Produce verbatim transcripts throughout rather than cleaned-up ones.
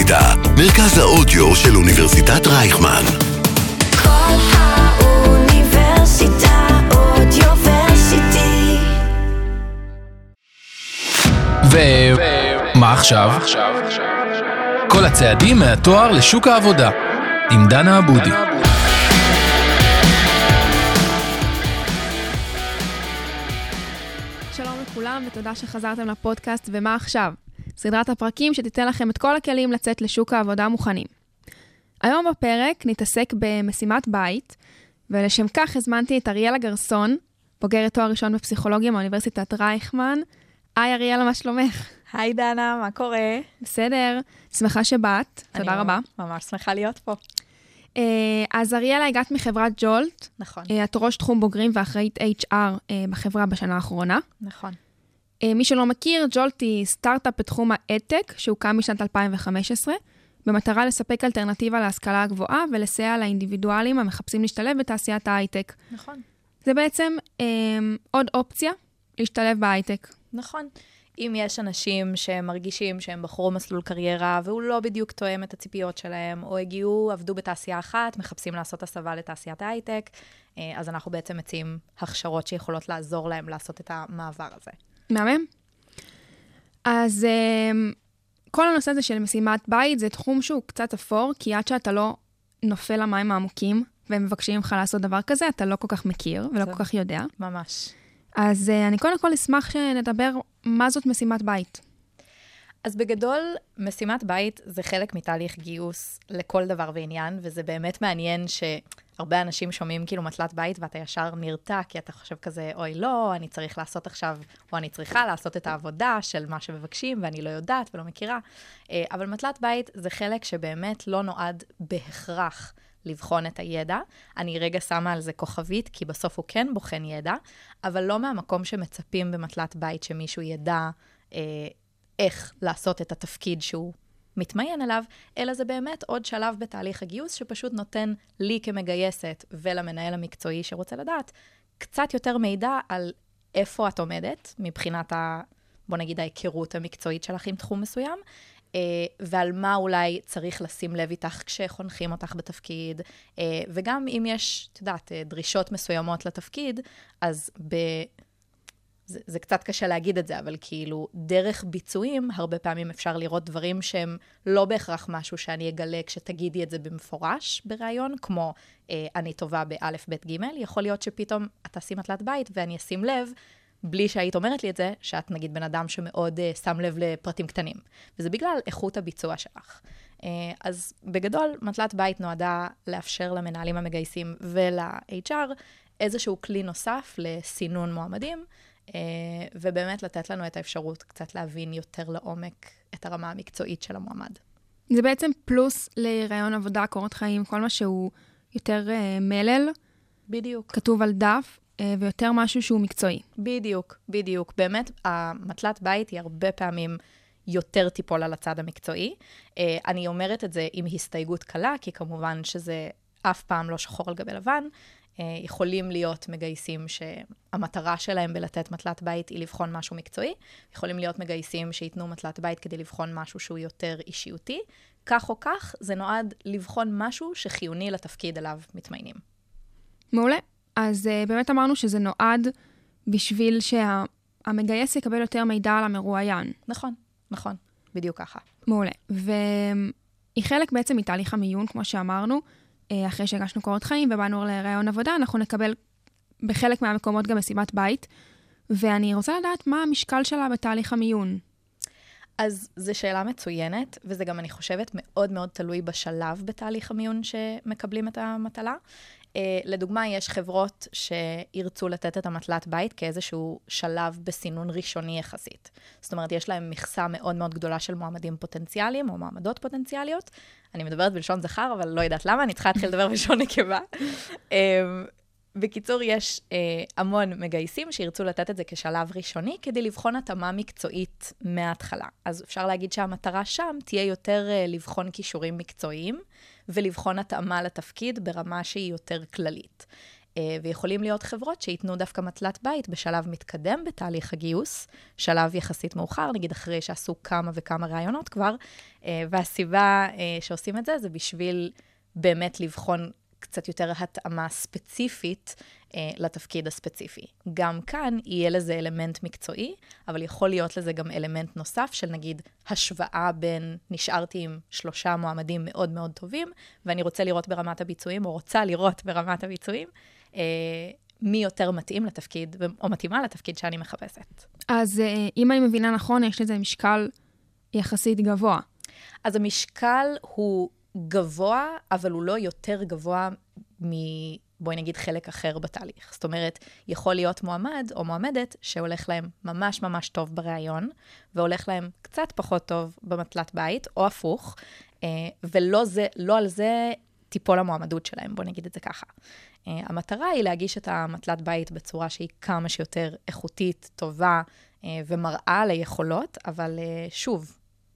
האוניברסיטה, מרכז האודיו של אוניברסיטת רייכמן. כל האוניברסיטה אודיוורסיטי. ומה עכשיו? כל הצעדים מהתואר לשוק העבודה עם דנה אבודי. שלום לכולם ותודה שחזרתם לפודקאסט ומה עכשיו? סדרת הפרקים שתיתן לכם את כל הכלים לצאת לשוק העבודה מוכנים. היום בפרק נתעסק במשימת בית, ולשם כך הזמנתי את אריאלה גרסון, בוגרת תואר ראשון בפסיכולוגיה מאוניברסיטת רייכמן. היי אריאלה, מה שלומך? היי דנה, מה קורה? בסדר, שמחה שבאת, תודה רבה. ממש שמחה להיות פה. אז אריאלה, הגעת מחברת ג'ולט. נכון. את ראש תחום בוגרים ואחראית אייץ' אר בחברה בשנה האחרונה. נכון. מי שלא מכיר, ג'ולט היא סטארט-אפ בתחום האדטק, שהוקם בשנת אלפיים וחמש עשרה, במטרה לספק אלטרנטיבה להשכלה הגבוהה ולסייע לאינדיבידואלים המחפשים להשתלב בתעשיית ההייטק. נכון. זה בעצם אה, עוד אופציה להשתלב בהייטק. נכון. אם יש אנשים שמרגישים שהם בחרו מסלול קריירה, והוא לא בדיוק תואם את הציפיות שלהם, או הגיעו, עבדו בתעשייה אחת, מחפשים לעשות הסבה לתעשיית ההייטק, אז אנחנו בעצם מציעים הכשרות שיכולות לעזור להם לעשות את המעבר הזה. מהמם. אז כל הנושא הזה של משימת בית זה תחום שהוא קצת אפור, כי עד שאתה לא נופל למים העמוקים, והם מבקשים ממך לעשות דבר כזה, אתה לא כל כך מכיר ולא כל כך יודע. ממש. אז אני קודם כל אשמח שנדבר מה זאת משימת בית. אז בגדול, משימת בית זה חלק מתהליך גיוס לכל דבר ועניין, וזה באמת מעניין שהרבה אנשים שומעים כאילו מטלת בית, ואתה ישר נרתע, כי אתה חושב כזה, אוי לא, אני צריך לעשות עכשיו, או אני צריכה לעשות את העבודה של מה שמבקשים, ואני לא יודעת ולא מכירה. אבל מטלת בית זה חלק שבאמת לא נועד בהכרח לבחון את הידע. אני רגע שמה על זה כוכבית, כי בסוף הוא כן בוחן ידע, אבל לא מהמקום שמצפים במטלת בית שמישהו ידע אה, איך לעשות את התפקיד שהוא מתמיין אליו, אלא זה באמת עוד שלב בתהליך הגיוס, שפשוט נותן לי כמגייסת ולמנהל המקצועי שרוצה לדעת, קצת יותר מידע על איפה את עומדת, מבחינת ה, בוא נגיד, ההיכרות המקצועית שלך עם תחום מסוים, ועל מה אולי צריך לשים לב איתך כשחונכים אותך בתפקיד, וגם אם יש, את יודעת, דרישות מסוימות לתפקיד, אז ב... זה, זה קצת קשה להגיד את זה, אבל כאילו דרך ביצועים, הרבה פעמים אפשר לראות דברים שהם לא בהכרח משהו שאני אגלה כשתגידי את זה במפורש ברעיון, כמו אני טובה באלף בית ג', יכול להיות שפתאום את תשים מטלת בית ואני אשים לב, בלי שהיית אומרת לי את זה, שאת נגיד בן אדם שמאוד uh, שם לב לפרטים קטנים. וזה בגלל איכות הביצוע שלך. Uh, אז בגדול, מטלת בית נועדה לאפשר למנהלים המגייסים ול-אייץ' אר איזשהו כלי נוסף לסינון מועמדים, uh, ובאמת לתת לנו את האפשרות קצת להבין יותר לעומק את הרמה המקצועית של המועמד. זה בעצם פלוס לרעיון עבודה, קורות חיים, כל מה שהוא יותר uh, מלל. בדיוק. כתוב על דף. ויותר משהו שהוא מקצועי. בדיוק, בדיוק. באמת, המטלת בית היא הרבה פעמים יותר טיפול על הצד המקצועי. אני אומרת את זה עם הסתייגות קלה, כי כמובן שזה אף פעם לא שחור על גבי לבן. יכולים להיות מגייסים שהמטרה שלהם בלתת מטלת בית היא לבחון משהו מקצועי. יכולים להיות מגייסים שיתנו מטלת בית כדי לבחון משהו שהוא יותר אישיותי. כך או כך, זה נועד לבחון משהו שחיוני לתפקיד עליו מתמיינים. מעולה. אז uh, באמת אמרנו שזה נועד בשביל שהמגייס יקבל יותר מידע על המרואיין. נכון, נכון, בדיוק ככה. מעולה. והיא חלק בעצם מתהליך המיון, כמו שאמרנו, אחרי שהגשנו קורות חיים ובאנו לרעיון עבודה, אנחנו נקבל בחלק מהמקומות גם משימת בית, ואני רוצה לדעת מה המשקל שלה בתהליך המיון. אז זו שאלה מצוינת, וזה גם, אני חושבת, מאוד מאוד תלוי בשלב בתהליך המיון שמקבלים את המטלה. Uh, לדוגמה, יש חברות שירצו לתת את המטלת בית כאיזשהו שלב בסינון ראשוני יחסית. זאת אומרת, יש להם מכסה מאוד מאוד גדולה של מועמדים פוטנציאליים, או מועמדות פוטנציאליות. אני מדברת בלשון זכר, אבל לא יודעת למה, אני צריכה להתחיל לדבר בלשון נקבה. Uh, בקיצור, יש uh, המון מגייסים שירצו לתת את זה כשלב ראשוני, כדי לבחון התאמה מקצועית מההתחלה. אז אפשר להגיד שהמטרה שם תהיה יותר uh, לבחון כישורים מקצועיים, ולבחון התאמה לתפקיד ברמה שהיא יותר כללית. Uh, ויכולים להיות חברות שיתנו דווקא מטלת בית בשלב מתקדם בתהליך הגיוס, שלב יחסית מאוחר, נגיד אחרי שעשו כמה וכמה רעיונות כבר, והסיבה שעושים את זה, זה בשביל באמת לבחון קצת יותר התאמה ספציפית לתפקיד הספציפי. גם כאן יהיה לזה אלמנט מקצועי, אבל יכול להיות לזה גם אלמנט נוסף של נגיד השוואה בין נשארתי עם שלושה מועמדים מאוד מאוד טובים, ואני רוצה לראות ברמת הביצועים, או רוצה לראות ברמת הביצועים, מי יותר מתאים לתפקיד, או מתאימה לתפקיד שאני מחפשת. אז אם אני מבינה נכון, יש לזה משקל יחסית גבוה. אז המשקל הוא גבוה, אבל הוא לא יותר גבוה מ... בואי נגיד חלק אחר בתהליך. זאת אומרת, יכול להיות מועמד או מועמדת שהולך להם ממש ממש טוב ברעיון, והולך להם קצת פחות טוב במטלת בית, או הפוך, ולא זה, לא על זה טיפול המועמדות שלהם, בואי נגיד את זה ככה. המטרה היא להגיש את המטלת בית בצורה שהיא כמה שיותר איכותית, טובה, ומראה ליכולות, אבל שוב,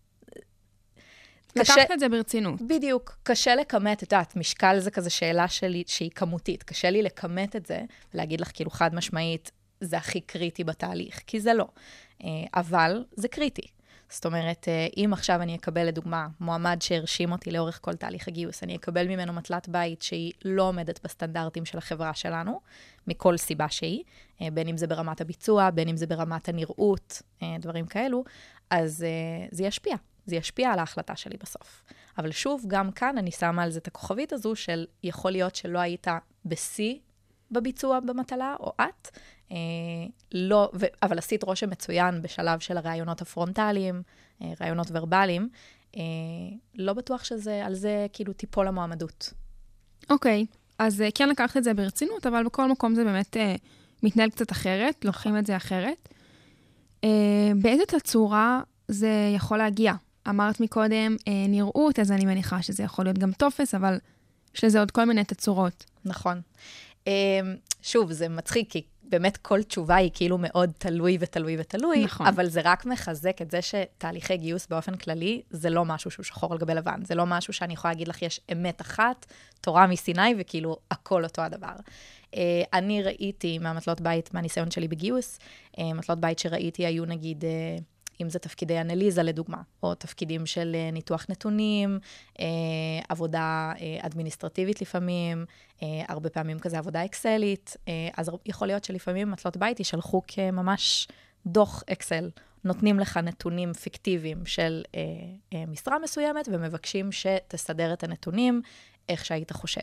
לקחת את זה ברצינות. בדיוק. קשה לכמת, את יודעת, משקל זה כזה שאלה שלי, שהיא כמותית. קשה לי לכמת את זה, ולהגיד לך כאילו חד משמעית, זה הכי קריטי בתהליך, כי זה לא. אבל זה קריטי. זאת אומרת, אם עכשיו אני אקבל לדוגמה מועמד שהרשים אותי לאורך כל תהליך הגיוס, אני אקבל ממנו מטלת בית שהיא לא עומדת בסטנדרטים של החברה שלנו, מכל סיבה שהיא, בין אם זה ברמת הביצוע, בין אם זה ברמת הנראות, דברים כאלו, אז זה ישפיע. זה ישפיע על ההחלטה שלי בסוף. אבל שוב, גם כאן אני שמה על זה את הכוכבית הזו של יכול להיות שלא היית בסי בביצוע במטלה, או את, אה, לא, ו, אבל עשית רושם מצוין בשלב של הרעיונות הפרונטליים, אה, רעיונות ורבליים, אה, לא בטוח שזה, על זה כאילו טיפול המועמדות. אוקיי, אז אה, כן לקחת את זה ברצינות, אבל בכל מקום זה באמת אה, מתנהל קצת אחרת, לוקחים את זה אחרת. אה, באיזה תצורה זה יכול להגיע? אמרת מקודם אה, נראות, אז אני מניחה שזה יכול להיות גם טופס, אבל יש לזה עוד כל מיני תצורות. נכון. אה, שוב, זה מצחיק, כי באמת כל תשובה היא כאילו מאוד תלוי ותלוי ותלוי, נכון. אבל זה רק מחזק את זה שתהליכי גיוס באופן כללי, זה לא משהו שהוא שחור על גבי לבן. זה לא משהו שאני יכולה להגיד לך, יש אמת אחת, תורה מסיני, וכאילו הכל אותו הדבר. אה, אני ראיתי מהמטלות בית, מהניסיון שלי בגיוס, אה, מטלות בית שראיתי היו נגיד... אה, אם זה תפקידי אנליזה לדוגמה, או תפקידים של ניתוח נתונים, עבודה אדמיניסטרטיבית לפעמים, הרבה פעמים כזה עבודה אקסלית, אז יכול להיות שלפעמים מטלות בית ישלחו כממש דוח אקסל, נותנים לך נתונים פיקטיביים של משרה מסוימת, ומבקשים שתסדר את הנתונים איך שהיית חושב.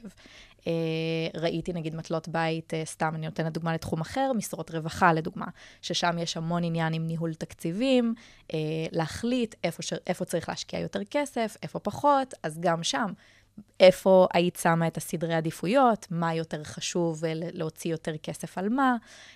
ראיתי נגיד מטלות בית, סתם אני נותנת דוגמה לתחום אחר, משרות רווחה לדוגמה, ששם יש המון עניין עם ניהול תקציבים, להחליט איפה, ש... איפה צריך להשקיע יותר כסף, איפה פחות, אז גם שם, איפה היית שמה את הסדרי עדיפויות, מה יותר חשוב להוציא יותר כסף על מה.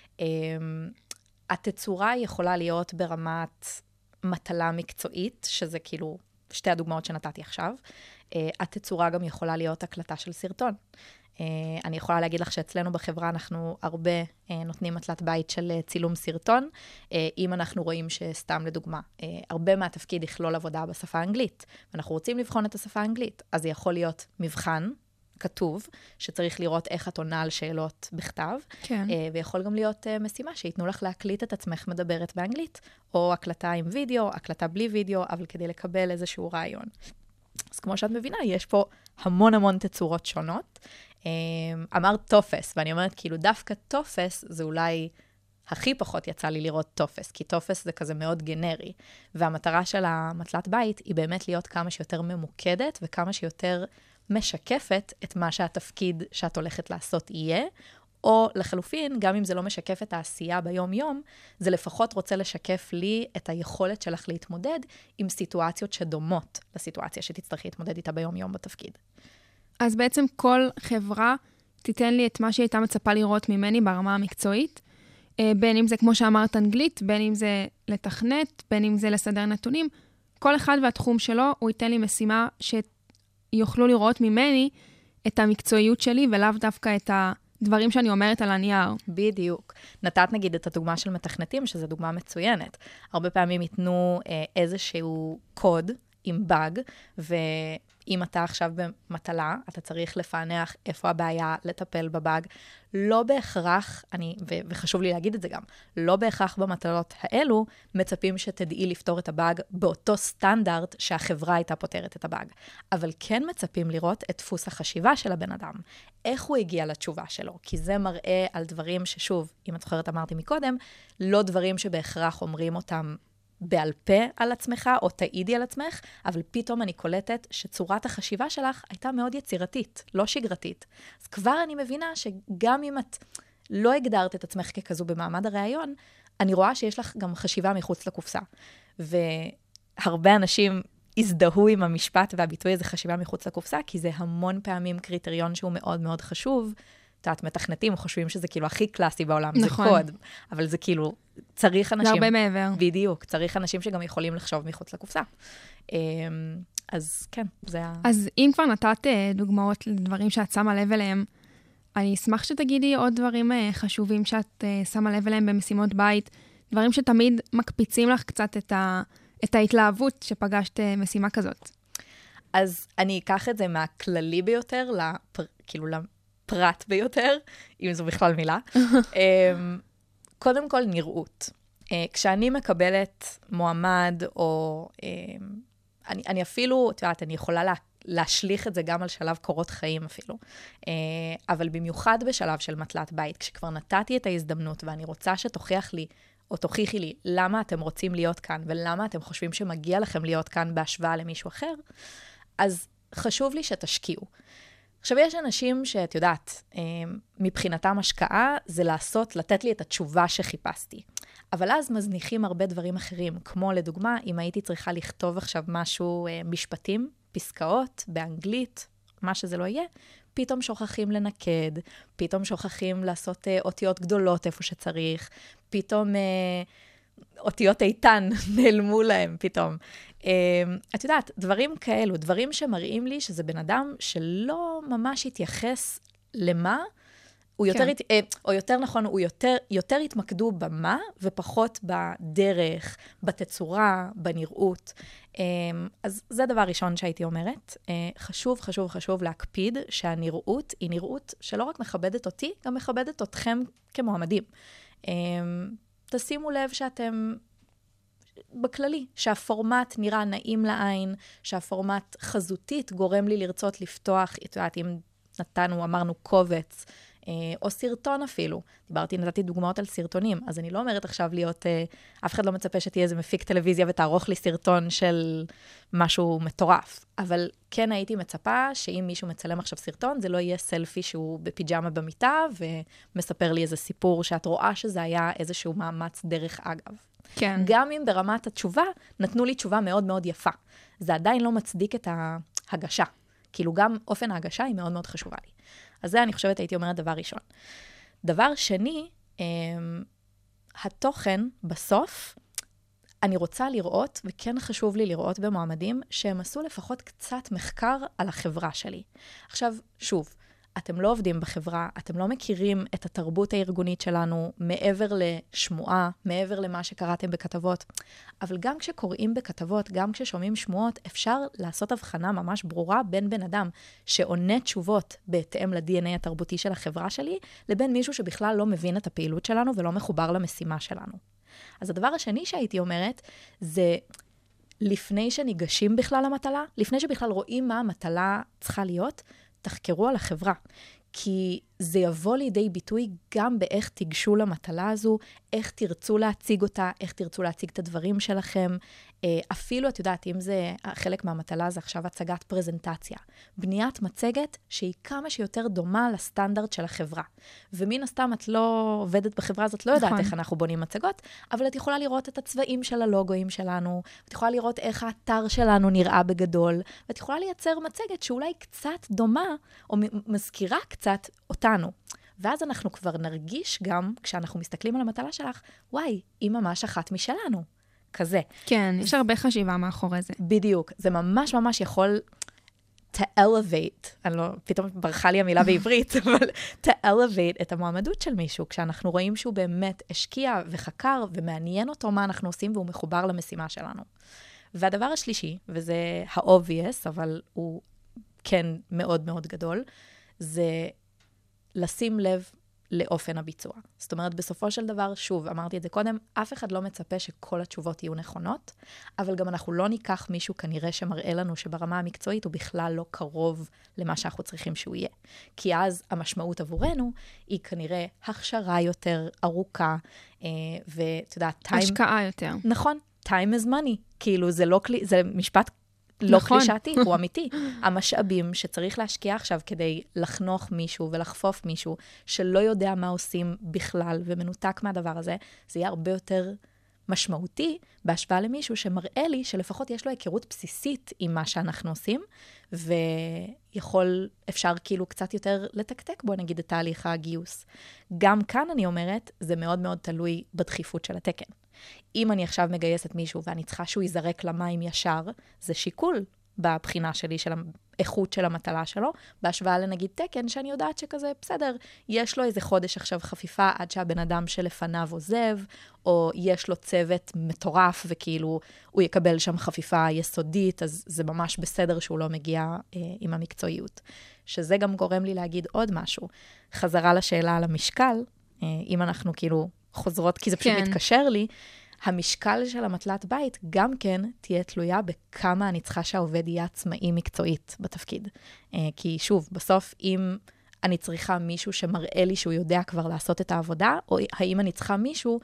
התצורה יכולה להיות ברמת מטלה מקצועית, שזה כאילו שתי הדוגמאות שנתתי עכשיו, Uh, התצורה גם יכולה להיות הקלטה של סרטון. Uh, אני יכולה להגיד לך שאצלנו בחברה אנחנו הרבה uh, נותנים מטלת בית של uh, צילום סרטון, uh, אם אנחנו רואים שסתם לדוגמה, uh, הרבה מהתפקיד יכלול עבודה בשפה האנגלית, ואנחנו רוצים לבחון את השפה האנגלית, אז זה יכול להיות מבחן כתוב, שצריך לראות איך את עונה על שאלות בכתב, כן. uh, ויכול גם להיות uh, משימה שיתנו לך להקליט את עצמך מדברת באנגלית, או הקלטה עם וידאו, הקלטה בלי וידאו, אבל כדי לקבל איזשהו רעיון. אז כמו שאת מבינה, יש פה המון המון תצורות שונות. אמרת טופס, ואני אומרת, כאילו דווקא טופס זה אולי הכי פחות יצא לי לראות טופס, כי טופס זה כזה מאוד גנרי, והמטרה של המטלת בית היא באמת להיות כמה שיותר ממוקדת, וכמה שיותר משקפת את מה שהתפקיד שאת הולכת לעשות יהיה, או לחלופין, גם אם זה לא משקף את העשייה ביום-יום, זה לפחות רוצה לשקף לי את היכולת שלך להתמודד עם סיטואציות שדומות לסיטואציה שתצטרכי להתמודד איתה ביום-יום בתפקיד. אז בעצם כל חברה תיתן לי את מה שהיא הייתה מצפה לראות ממני ברמה המקצועית, בין אם זה כמו שאמרת אנגלית, בין אם זה לתכנת, בין אם זה לסדר נתונים, כל אחד והתחום שלו, הוא ייתן לי משימה שיוכלו לראות ממני את המקצועיות שלי, ולאו דווקא את ה... דברים שאני אומרת על הנייר. בדיוק. נתת נגיד את הדוגמה של מתכנתים, שזו דוגמה מצוינת. הרבה פעמים ייתנו אה, איזשהו קוד עם באג, ואם אתה עכשיו במטלה, אתה צריך לפענח איפה הבעיה, לטפל בבאג. לא בהכרח, אני, ו- וחשוב לי להגיד את זה גם, לא בהכרח במטלות האלו, מצפים שתדעי לפתור את הבאג באותו סטנדרט שהחברה הייתה פותרת את הבאג. אבל כן מצפים לראות את דפוס החשיבה של הבן אדם. איך הוא הגיע לתשובה שלו? כי זה מראה על דברים ששוב, אם את זוכרת אמרתי מקודם, לא דברים שבהכרח אומרים אותם בעל פה על עצמך, או תעידי על עצמך, אבל פתאום אני קולטת שצורת החשיבה שלך הייתה מאוד יצירתית, לא שגרתית. אז כבר אני מבינה שגם אם את לא הגדרת את עצמך ככזו במעמד הראיון, אני רואה שיש לך גם חשיבה מחוץ לקופסה. והרבה אנשים הזדהו עם המשפט והביטוי הזה חשיבה מחוץ לקופסה, כי זה המון פעמים קריטריון שהוא מאוד מאוד חשוב. את יודעת, מתכנתים חושבים שזה כאילו הכי קלאסי בעולם, נכון. זה קוד, אבל זה כאילו, צריך אנשים... להרבה מעבר. בדיוק, צריך אנשים שגם יכולים לחשוב מחוץ לקופסה. אז כן, זה ה... אז אם כבר נתת דוגמאות לדברים שאת שמה לב אליהם, אני אשמח שתגידי עוד דברים חשובים שאת שמה לב אליהם במשימות בית, דברים שתמיד מקפיצים לך קצת את, ה... את ההתלהבות שפגשת משימה כזאת. אז אני אקח את זה מהכללי ביותר, לפר... כאילו לפרט ביותר, אם זו בכלל מילה. קודם כל, נראות. כשאני מקבלת מועמד, או אני, אני אפילו, את יודעת, אני יכולה לה, להשליך את זה גם על שלב קורות חיים אפילו, אבל במיוחד בשלב של מטלת בית, כשכבר נתתי את ההזדמנות, ואני רוצה שתוכיח לי, או תוכיחי לי, למה אתם רוצים להיות כאן, ולמה אתם חושבים שמגיע לכם להיות כאן בהשוואה למישהו אחר, אז חשוב לי שתשקיעו. עכשיו, יש אנשים שאת יודעת, מבחינתם השקעה זה לעשות, לתת לי את התשובה שחיפשתי. אבל אז מזניחים הרבה דברים אחרים, כמו לדוגמה, אם הייתי צריכה לכתוב עכשיו משהו, משפטים, פסקאות, באנגלית, מה שזה לא יהיה, פתאום שוכחים לנקד, פתאום שוכחים לעשות אותיות גדולות איפה שצריך, פתאום אותיות איתן נעלמו להם פתאום. את יודעת, דברים כאלו, דברים שמראים לי שזה בן אדם שלא ממש התייחס למה, הוא יותר, כן. או יותר נכון, הוא יותר, יותר התמקדו במה, ופחות בדרך, בתצורה, בנראות. אז זה דבר ראשון שהייתי אומרת. חשוב, חשוב, חשוב להקפיד שהנראות היא נראות שלא רק מכבדת אותי, גם מכבדת אתכם כמועמדים. תשימו לב שאתם בכללי, שהפורמט נראה נעים לעין, שהפורמט חזותית גורם לי לרצות לפתוח, את יודעת, אם נתנו, אמרנו קובץ, או סרטון אפילו. דיברתי, נתתי דוגמאות על סרטונים, אז אני לא אומרת עכשיו להיות, אף אחד לא מצפה שתהיה איזה מפיק טלוויזיה ותערוך לי סרטון של משהו מטורף. אבל כן הייתי מצפה שאם מישהו מצלם עכשיו סרטון, זה לא יהיה סלפי שהוא בפיג'מה במיטה, ומספר לי איזה סיפור שאת רואה שזה היה איזשהו מאמץ דרך אגב. כן. גם אם ברמת התשובה, נתנו לי תשובה מאוד מאוד יפה. זה עדיין לא מצדיק את ההגשה. כאילו גם אופן ההגשה היא מאוד מאוד חשובה לי. אז זה אני חושבת הייתי אומרת דבר ראשון. דבר שני, התוכן בסוף, אני רוצה לראות, וכן חשוב לי לראות במועמדים, שהם עשו לפחות קצת מחקר על החברה שלי. עכשיו, שוב, אתם לא עובדים בחברה, אתם לא מכירים את התרבות הארגונית שלנו מעבר לשמועה, מעבר למה שקראתם בכתבות, אבל גם כשקוראים בכתבות, גם כששומעים שמועות, אפשר לעשות הבחנה ממש ברורה בין בן אדם שעונה תשובות בהתאם ל-די אן איי התרבותי של החברה שלי, לבין מישהו שבכלל לא מבין את הפעילות שלנו ולא מחובר למשימה שלנו. אז הדבר השני שהייתי אומרת, זה לפני שניגשים בכלל למטלה, לפני שבכלל רואים מה המטלה צריכה להיות, תחקרו על החברה, כי זה יבוא לידי ביטוי גם באיך תיגשו למטלה הזו, איך תרצו להציג אותה, איך תרצו להציג את הדברים שלכם. אפילו, את יודעת, אם זה חלק מהמטלה, זה עכשיו הצגת פרזנטציה. בניית מצגת שהיא כמה שיותר דומה לסטנדרט של החברה. ומן הסתם את לא עובדת בחברה הזאת, לא יודעת נכון. איך אנחנו בונים מצגות, אבל את יכולה לראות את הצבעים של הלוגויים שלנו, את יכולה לראות איך האתר שלנו נראה בגדול, ואת יכולה לייצר מצגת שאולי קצת דומה, או מזכירה קצת אותנו. ואז אנחנו כבר נרגיש גם, כשאנחנו מסתכלים על המטלה שלך, וואי, היא ממש אחת משלנו. כזה. כן, יש הרבה חשיבה מאחורי זה. בדיוק. זה ממש ממש יכול to elevate, אני לא, פתאום ברחה לי המילה בעברית, אבל to elevate את המועמדות של מישהו, כשאנחנו רואים שהוא באמת השקיע וחקר ומעניין אותו מה אנחנו עושים, והוא מחובר למשימה שלנו. והדבר השלישי, וזה ה-obvious, אבל הוא כן מאוד מאוד גדול, זה לשים לב לאופן הביצוע. זאת אומרת, בסופו של דבר, שוב, אמרתי את זה קודם, אף אחד לא מצפה שכל התשובות יהיו נכונות, אבל גם אנחנו לא ניקח מישהו כנראה שמראה לנו שברמה המקצועית הוא בכלל לא קרוב למה שאנחנו צריכים שהוא יהיה. כי אז המשמעות עבורנו היא כנראה הכשרה יותר ארוכה, ואתה יודע, time... השקעה יותר. נכון, time is money. כאילו, זה לא כלי, זה משפט לא נכון. קלישאתי, הוא אמיתי. המשאבים שצריך להשקיע עכשיו כדי לחנוך מישהו ולחפוף מישהו שלא יודע מה עושים בכלל ומנותק מהדבר הזה, זה יהיה הרבה יותר משמעותי בהשוואה למישהו שמראה לי שלפחות יש לו היכרות בסיסית עם מה שאנחנו עושים, ויכול, אפשר כאילו קצת יותר לתקתק בו, נגיד, את תהליך הגיוס. גם כאן אני אומרת, זה מאוד מאוד תלוי בדחיפות של התקן. אם אני עכשיו מגייסת מישהו ואני צריכה שהוא ייזרק למים ישר, זה שיקול בבחינה שלי של האיכות של המטלה שלו, בהשוואה לנגיד תקן, שאני יודעת שכזה, בסדר, יש לו איזה חודש עכשיו חפיפה עד שהבן אדם שלפניו עוזב, או יש לו צוות מטורף וכאילו הוא יקבל שם חפיפה יסודית, אז זה ממש בסדר שהוא לא מגיע אה, עם המקצועיות. שזה גם גורם לי להגיד עוד משהו. חזרה לשאלה על המשקל, אה, אם אנחנו כאילו חוזרות, כי זה פשוט כן. מתקשר לי, המשקל של המטלת בית גם כן תהיה תלויה בכמה אני צריכה שהעובד יהיה עצמאי מקצועית בתפקיד. כי שוב, בסוף אם אני צריכה מישהו שמראה לי שהוא יודע כבר לעשות את העבודה, או האם אני צריכה מישהו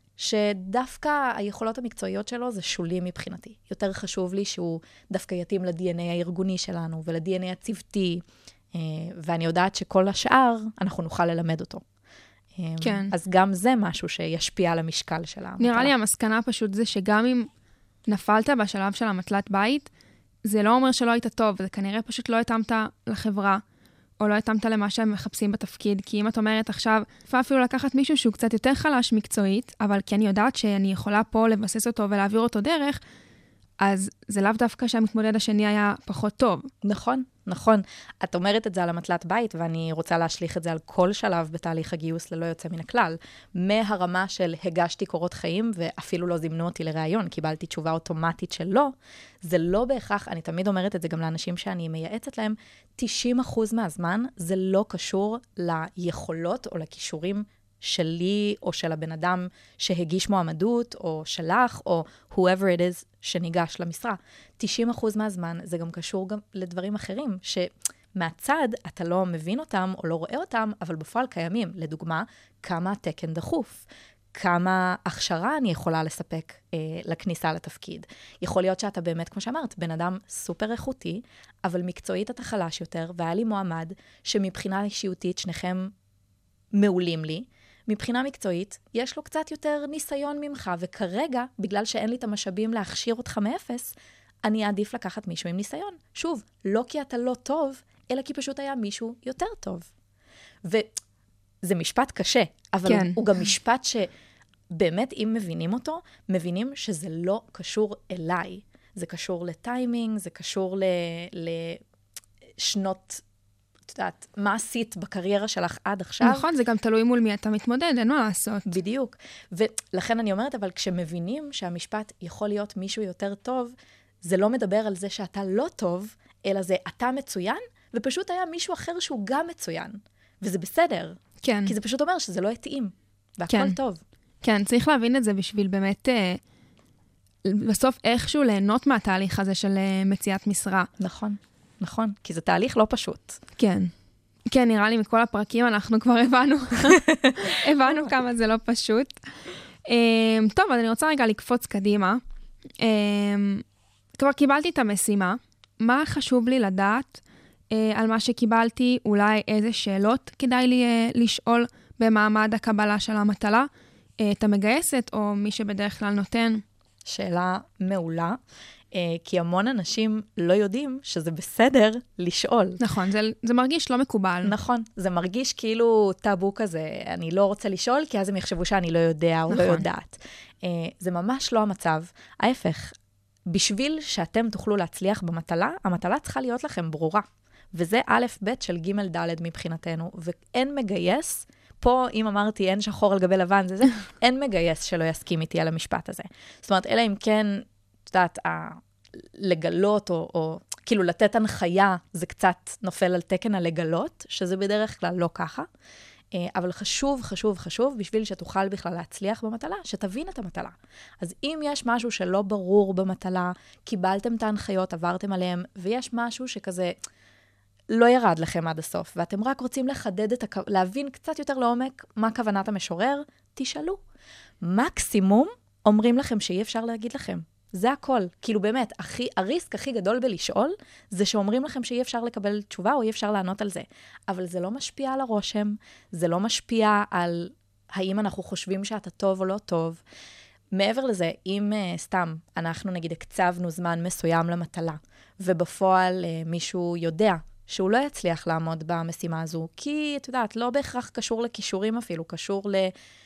שדווקא היכולות המקצועיות שלו זה שולי מבחינתי. יותר חשוב לי שהוא דווקא יתאים ל-די אן איי הארגוני שלנו ול-די אן איי הצוותי, ואני יודעת שכל השאר אנחנו נוכל ללמד אותו. כן. אז גם זה משהו שישפיע על המשקל של המטלה. נראה לי המסקנה פשוט זה שגם אם נפלת בשלב של המטלת בית, זה לא אומר שלא היית טוב, זה כנראה פשוט לא התאמת לחברה, או לא התאמת למה שהם מחפשים בתפקיד, כי אם את אומרת עכשיו, אפילו לקחת מישהו שהוא קצת יותר חלש מקצועית, אבל כי אני יודעת שאני יכולה פה לבסס אותו ולהעביר אותו דרך, אז זה לאו דווקא שהמתמודד השני היה פחות טוב. נכון, נכון. את אומרת את זה על המטלת בית, ואני רוצה להשליך את זה על כל שלב בתהליך הגיוס ללא יוצא מן הכלל. מהרמה של הגשתי קורות חיים, ואפילו לא זימנו אותי לראיון, קיבלתי תשובה אוטומטית של לא, זה לא בהכרח, אני תמיד אומרת את זה גם לאנשים שאני מייעצת להם, תשעים אחוז מהזמן זה לא קשור ליכולות או לכישורים שלי או של הבן אדם שהגיש מועמדות, או שלך, או whoever it is שניגש למשרה. תשעים אחוז מהזמן זה גם קשור גם לדברים אחרים, שמהצד אתה לא מבין אותם או לא רואה אותם, אבל בפועל קיימים. לדוגמה, כמה תקן דחוף, כמה הכשרה אני יכולה לספק אה, לכניסה לתפקיד. יכול להיות שאתה באמת, כמו שאמרת, בן אדם סופר איכותי, אבל מקצועית אתה חלש יותר, והיה לי מועמד שמבחינה אישיותית שניכם מעולים לי, מבחינה מקצועית, יש לו קצת יותר ניסיון ממך, וכרגע, בגלל שאין לי את המשאבים להכשיר אותך מאפס, אני אעדיף לקחת מישהו עם ניסיון. שוב, לא כי אתה לא טוב, אלא כי פשוט היה מישהו יותר טוב. וזה משפט קשה, אבל כן. הוא, הוא גם משפט שבאמת, אם מבינים אותו, מבינים שזה לא קשור אליי. זה קשור לטיימינג, זה קשור לשנות... את יודעת, מה עשית בקריירה שלך עד עכשיו? נכון, זה גם תלוי מול מי אתה מתמודד, אין מה לעשות. בדיוק. ולכן אני אומרת, אבל כשמבינים שהמשפט יכול להיות מישהו יותר טוב, זה לא מדבר על זה שאתה לא טוב, אלא זה אתה מצוין, ופשוט היה מישהו אחר שהוא גם מצוין. וזה בסדר. כן. כי זה פשוט אומר שזה לא יתאים, והכל כן. טוב. כן, צריך להבין את זה בשביל באמת, אה, בסוף איכשהו ליהנות מהתהליך הזה של אה, מציאת משרה. נכון. נכון, כי זה תהליך לא פשוט. כן. כן, נראה לי מכל הפרקים אנחנו כבר הבנו. הבנו כמה זה לא פשוט. טוב, אז אני רוצה רגע לקפוץ קדימה. כבר קיבלתי את המשימה. מה חשוב לי לדעת על מה שקיבלתי? אולי איזה שאלות כדאי לי לשאול במעמד הקבלה של המטלה? את המגייסת או מי שבדרך כלל נותן? שאלה מעולה. כי המון אנשים לא יודעים שזה בסדר לשאול. נכון, זה, זה מרגיש לא מקובל. נכון, זה מרגיש כאילו טאבו כזה, אני לא רוצה לשאול, כי אז הם יחשבו שאני לא יודע או נכון. לא יודעת. זה ממש לא המצב. ההפך, בשביל שאתם תוכלו להצליח במטלה, המטלה צריכה להיות לכם ברורה. וזה א' ב' של ג' ד' מבחינתנו, ואין מגייס, פה, אם אמרתי, אין שחור על גבי לבן, זה זה, אין מגייס שלא יסכים איתי על המשפט הזה. זאת אומרת, אלא אם כן, את יודעת, לגלות, או, או כאילו לתת הנחיה, זה קצת נופל על תקן הלגלות, שזה בדרך כלל לא ככה. אבל חשוב, חשוב, חשוב, בשביל שתוכל בכלל להצליח במטלה, שתבין את המטלה. אז אם יש משהו שלא ברור במטלה, קיבלתם את ההנחיות, עברתם עליהם, ויש משהו שכזה לא ירד לכם עד הסוף, ואתם רק רוצים לחדד את, הכ... להבין קצת יותר לעומק מה כוונת המשורר, תשאלו. מקסימום אומרים לכם שאי אפשר להגיד לכם. זה הכל. כאילו באמת, הכי, הריסק הכי גדול בלשאול, זה שאומרים לכם שאי אפשר לקבל תשובה, או אי אפשר לענות על זה. אבל זה לא משפיע על הרושם, זה לא משפיע על האם אנחנו חושבים שאתה טוב או לא טוב. מעבר לזה, אם uh, סתם אנחנו נגיד הקצבנו זמן מסוים למטלה, ובפועל uh, מישהו יודע שהוא לא יצליח לעמוד במשימה הזו, כי, את יודעת, לא בהכרח קשור לכישורים אפילו, קשור ל...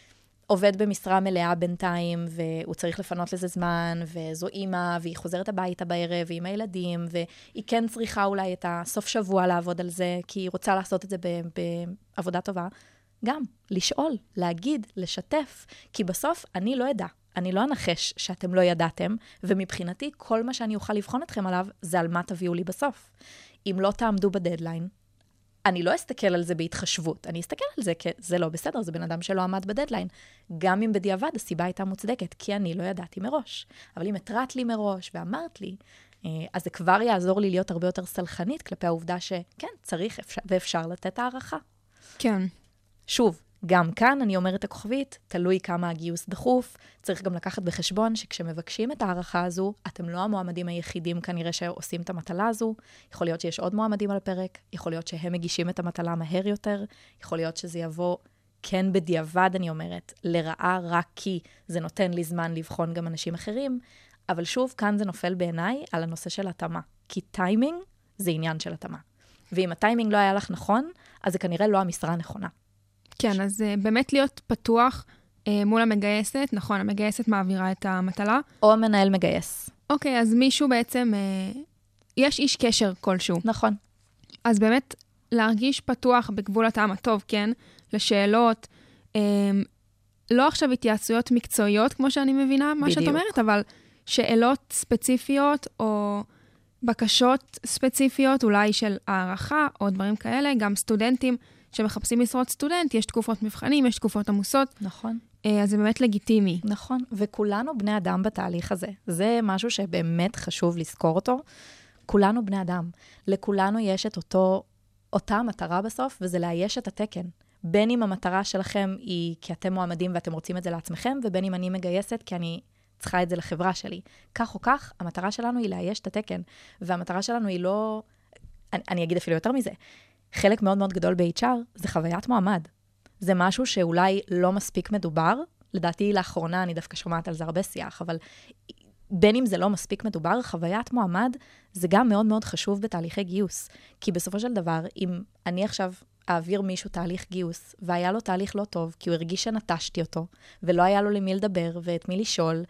עובד במשרה מלאה בינתיים, והוא צריך לפנות לזה זמן, וזו אימא, והיא חוזרת הביתה בערב, ועם הילדים, והיא כן צריכה אולי את הסוף שבוע לעבוד על זה, כי היא רוצה לעשות את זה בעבודה טובה. גם, לשאול, להגיד, לשתף, כי בסוף אני לא ידע, אני לא אנחש שאתם לא ידעתם, ומבחינתי כל מה שאני אוכל לבחון אתכם עליו, זה על מה תביאו לי בסוף. אם לא תעמדו בדדליין, אני לא אסתכל על זה בהתחשבות, אני אסתכל על זה כי זה לא בסדר, זה בן אדם שלא עמד בדדליין. גם אם בדיעבד הסיבה הייתה מוצדקת, כי אני לא ידעתי מראש. אבל אם התראת לי מראש ואמרת לי, אז זה כבר יעזור לי להיות הרבה יותר סלחנית כלפי העובדה שכן, צריך ואפשר לתת הערכה. כן. שוב, גם כאן אני אומרת הכוכבית, תלוי כמה הגיוס דחוף, צריך גם לקחת בחשבון שכשמבקשים את הערכה הזו, אתם לא המועמדים היחידים כנראה שעושים את המטלה הזו, יכול להיות שיש עוד מועמדים על הפרק, יכול להיות שהם מגישים את המטלה מהר יותר, יכול להיות שזה יבוא, כן בדיעבד אני אומרת, לרעה רק כי זה נותן לי זמן לבחון גם אנשים אחרים, אבל שוב, כאן זה נופל בעיניי על הנושא של התאמה, כי טיימינג זה עניין של התאמה. ואם הטיימינג לא היה לך נכון, אז זה כנראה לא המשרה הנכונה. כן, אז uh, באמת להיות פתוח uh, מול המגייסת, נכון, המגייסת מעבירה את המטלה. או המנהל מגייס. אוקיי, אז מישהו בעצם, uh, יש איש קשר כלשהו. נכון. אז באמת להרגיש פתוח בגבול הטעם הטוב, כן, לשאלות, um, לא עכשיו התייעצויות מקצועיות, כמו שאני מבינה, מה בדיוק. שאת אומרת, אבל שאלות ספציפיות או בקשות ספציפיות, אולי של הערכה או דברים כאלה, גם סטודנטים, שמחפשים משרות סטודנט, יש תקופות מבחנים, יש תקופות עמוסות. נכון. אז זה באמת לגיטימי. נכון, וכולנו בני אדם בתהליך הזה. זה משהו שבאמת חשוב לזכור אותו. כולנו בני אדם. לכולנו יש את אותו, אותה המטרה בסוף, וזה לאייש את התקן. בין אם המטרה שלכם היא כי אתם מועמדים ואתם רוצים את זה לעצמכם, ובין אם אני מגייסת כי אני צריכה את זה לחברה שלי. כך או כך, המטרה שלנו היא לאייש את התקן. והמטרה שלנו היא לא... אני, אני אגיד אפילו יותר מזה. חלק מאוד מאוד גדול ב-אייץ' אר זה חוויית מועמד. זה משהו שאולי לא מספיק מדובר. לדעתי לאחרונה אני דווקא שומעת על זה הרבה שיח, אבל בין אם זה לא מספיק מדובר, חוויית מועמד זה גם מאוד מאוד חשוב בתהליכי גיוס. כי בסופו של דבר, אם אני עכשיו אעביר מישהו תהליך גיוס, והיה לו תהליך לא טוב, כי הוא הרגיש שנטשתי אותו, ולא היה לו למי לדבר ואת מי לשאול,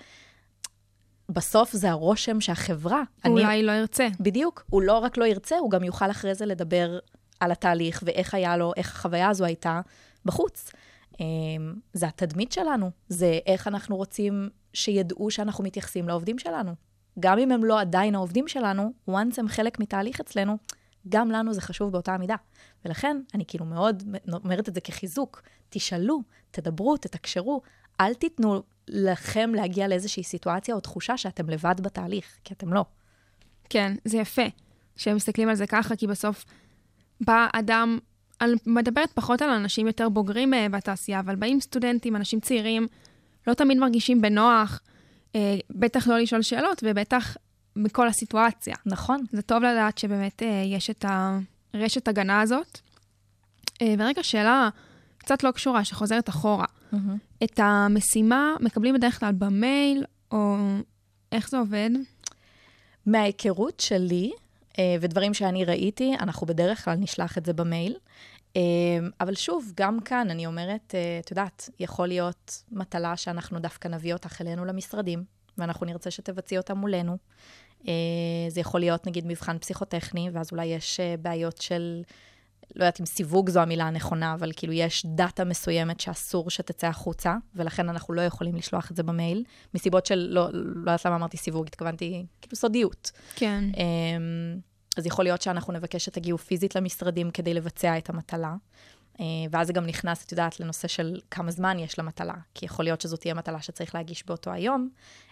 בסוף זה הרושם שהחברה... אולי אני, לא ירצה. בדיוק. הוא לא רק לא ירצה, הוא גם יוכל אחרי זה לדבר על התהליך, ואיך היה לו, איך החוויה הזו הייתה בחוץ. זה התדמית שלנו, זה איך אנחנו רוצים שידעו שאנחנו מתייחסים לעובדים שלנו. גם אם הם לא עדיין העובדים שלנו, once הם חלק מתהליך אצלנו, גם לנו זה חשוב באותה עמידה. ולכן, אני כאילו מאוד אומרת את זה כחיזוק, תשאלו, תדברו, תתקשרו, אל תיתנו לכם להגיע לאיזושהי סיטואציה או תחושה שאתם לבד בתהליך, כי אתם לא. כן, זה יפה שהם מסתכלים על זה ככה, כי בסוף בא אדם, אני מדברת פחות על אנשים יותר בוגרים בתעשייה, אבל באים סטודנטים, אנשים צעירים, לא תמיד מרגישים בנוח, אה, בטח לא לשאול שאלות, ובטח מכל הסיטואציה. נכון. זה טוב לדעת שבאמת אה, יש את הרשת הגנה הזאת. אה, ורגע, שאלה קצת לא קשורה, שחוזרת אחורה. Mm-hmm. את המשימה מקבלים בדרך כלל במייל, או איך זה עובד? מההיכרות שלי, ודברים שאני ראיתי, אנחנו בדרך כלל נשלח את זה במייל. אבל שוב, גם כאן אני אומרת, את יודעת, יכול להיות מטלה שאנחנו דווקא נביא אותך אלינו למשרדים, ואנחנו נרצה שתבצעי אותה מולנו. זה יכול להיות, נגיד, מבחן פסיכוטכני, ואז אולי יש בעיות של לא יודעת אם סיווג זו המילה הנכונה, אבל כאילו יש דאטה מסוימת שאסור שתצא החוצה, ולכן אנחנו לא יכולים לשלוח את זה במייל, מסיבות של, לא, לא יודעת למה אמרתי סיווג, התכוונתי כאילו סודיות. כן. אז יכול להיות שאנחנו נבקש שתגיעו פיזית למשרדים כדי לבצע את המטלה, ואז זה גם נכנס, את יודעת, לנושא של כמה זמן יש למטלה, כי יכול להיות שזאת תהיה מטלה שצריך להגיש באותו היום,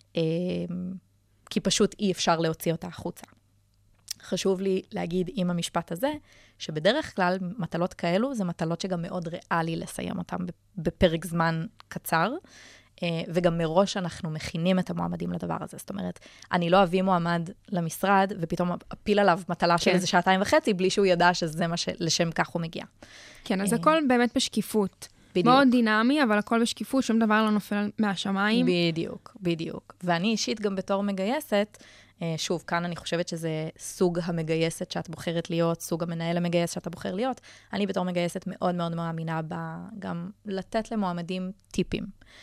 כי פשוט אי אפשר להוציא אותה החוצה. חשוב לי להגיד עם המשפט הזה, שבדרך כלל מטלות כאלו, זה מטלות שגם מאוד ריאלי לסיים אותן בפרק זמן קצר, וגם מראש אנחנו מכינים את המועמדים לדבר הזה. זאת אומרת, אני לא אביא מועמד למשרד, ופתאום אפיל עליו מטלה של איזה שעתיים וחצי, בלי שהוא ידע שזה מה שלשם כך הוא מגיע. כן, אז הכל באמת בשקיפות. בדיוק. מאוד דינמי, אבל הכל בשקיפות, שום דבר לא נופל מהשמיים. בדיוק, בדיוק. ואני אישית גם בתור מגייסת, שוב, כאן אני חושבת שזה סוג המגייסת שאת בוחרת להיות, סוג המנהל המגייס שאתה בוחר להיות. אני בתור מגייסת מאוד מאוד מאמינה בה, גם לתת למועמדים טיפים.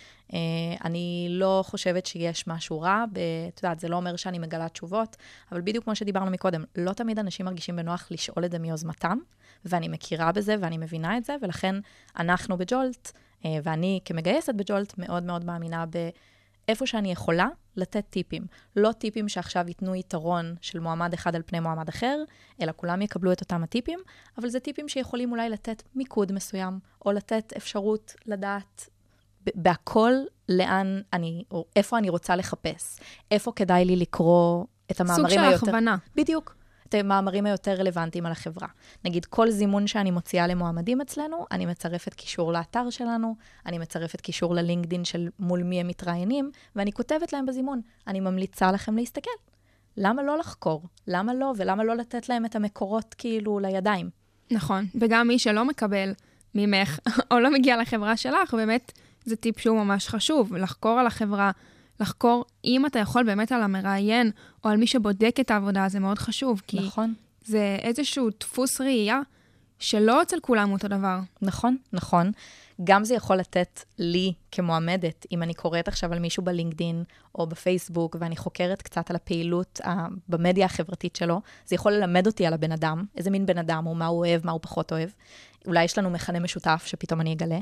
אני לא חושבת שיש משהו רע, את יודעת, זה לא אומר שאני מגלה תשובות, אבל בדיוק כמו שדיברנו מקודם, לא תמיד אנשים מרגישים בנוח לשאול את זה מיוזמתם, ואני מכירה בזה ואני מבינה את זה, ולכן אנחנו בג'ולט, ואני כמגייסת בג'ולט מאוד מאוד מאמינה באיפה שאני יכולה לתת טיפים. לא טיפים שעכשיו ייתנו יתרון של מועמד אחד על פני מועמד אחר, אלא כולם יקבלו את אותם הטיפים, אבל זה טיפים שיכולים אולי לתת מיקוד מסוים, או לתת אפשרות לדעת בהכל לאן אני, או איפה אני רוצה לחפש, איפה כדאי לי לקרוא את המאמרים היותר... סוג של הכוונה. בדיוק, את המאמרים היותר רלוונטיים על החברה. נגיד, כל זימון שאני מוציאה למועמדים אצלנו, אני מצרפת קישור לאתר שלנו, אני מצרפת קישור ללינקדין של מול מי הם מתראיינים, ואני כותבת להם בזימון, אני ממליצה לכם להסתכל. למה לא לחקור? למה לא? ולמה לא לתת להם את המקורות כאילו לידיים? נכון, וגם מי שלא מקבל ממך, או לא מגיע לחברה שלך, באמת... זה טיפ שהוא ממש חשוב, לחקור על החברה, לחקור אם אתה יכול באמת על המראיין, או על מי שבודק את העבודה, זה מאוד חשוב, כי נכון. זה איזשהו דפוס ראייה, שלא אצל כולם אותו דבר. נכון, נכון. גם זה יכול לתת לי כמועמדת, אם אני קוראת עכשיו על מישהו בלינקדין, או בפייסבוק, ואני חוקרת קצת על הפעילות במדיה החברתית שלו, זה יכול ללמד אותי על הבן אדם, איזה מין בן אדם, או מה הוא אוהב, מה הוא פחות אוהב. אולי יש לנו מכנה משותף שפתאום אני אגלה.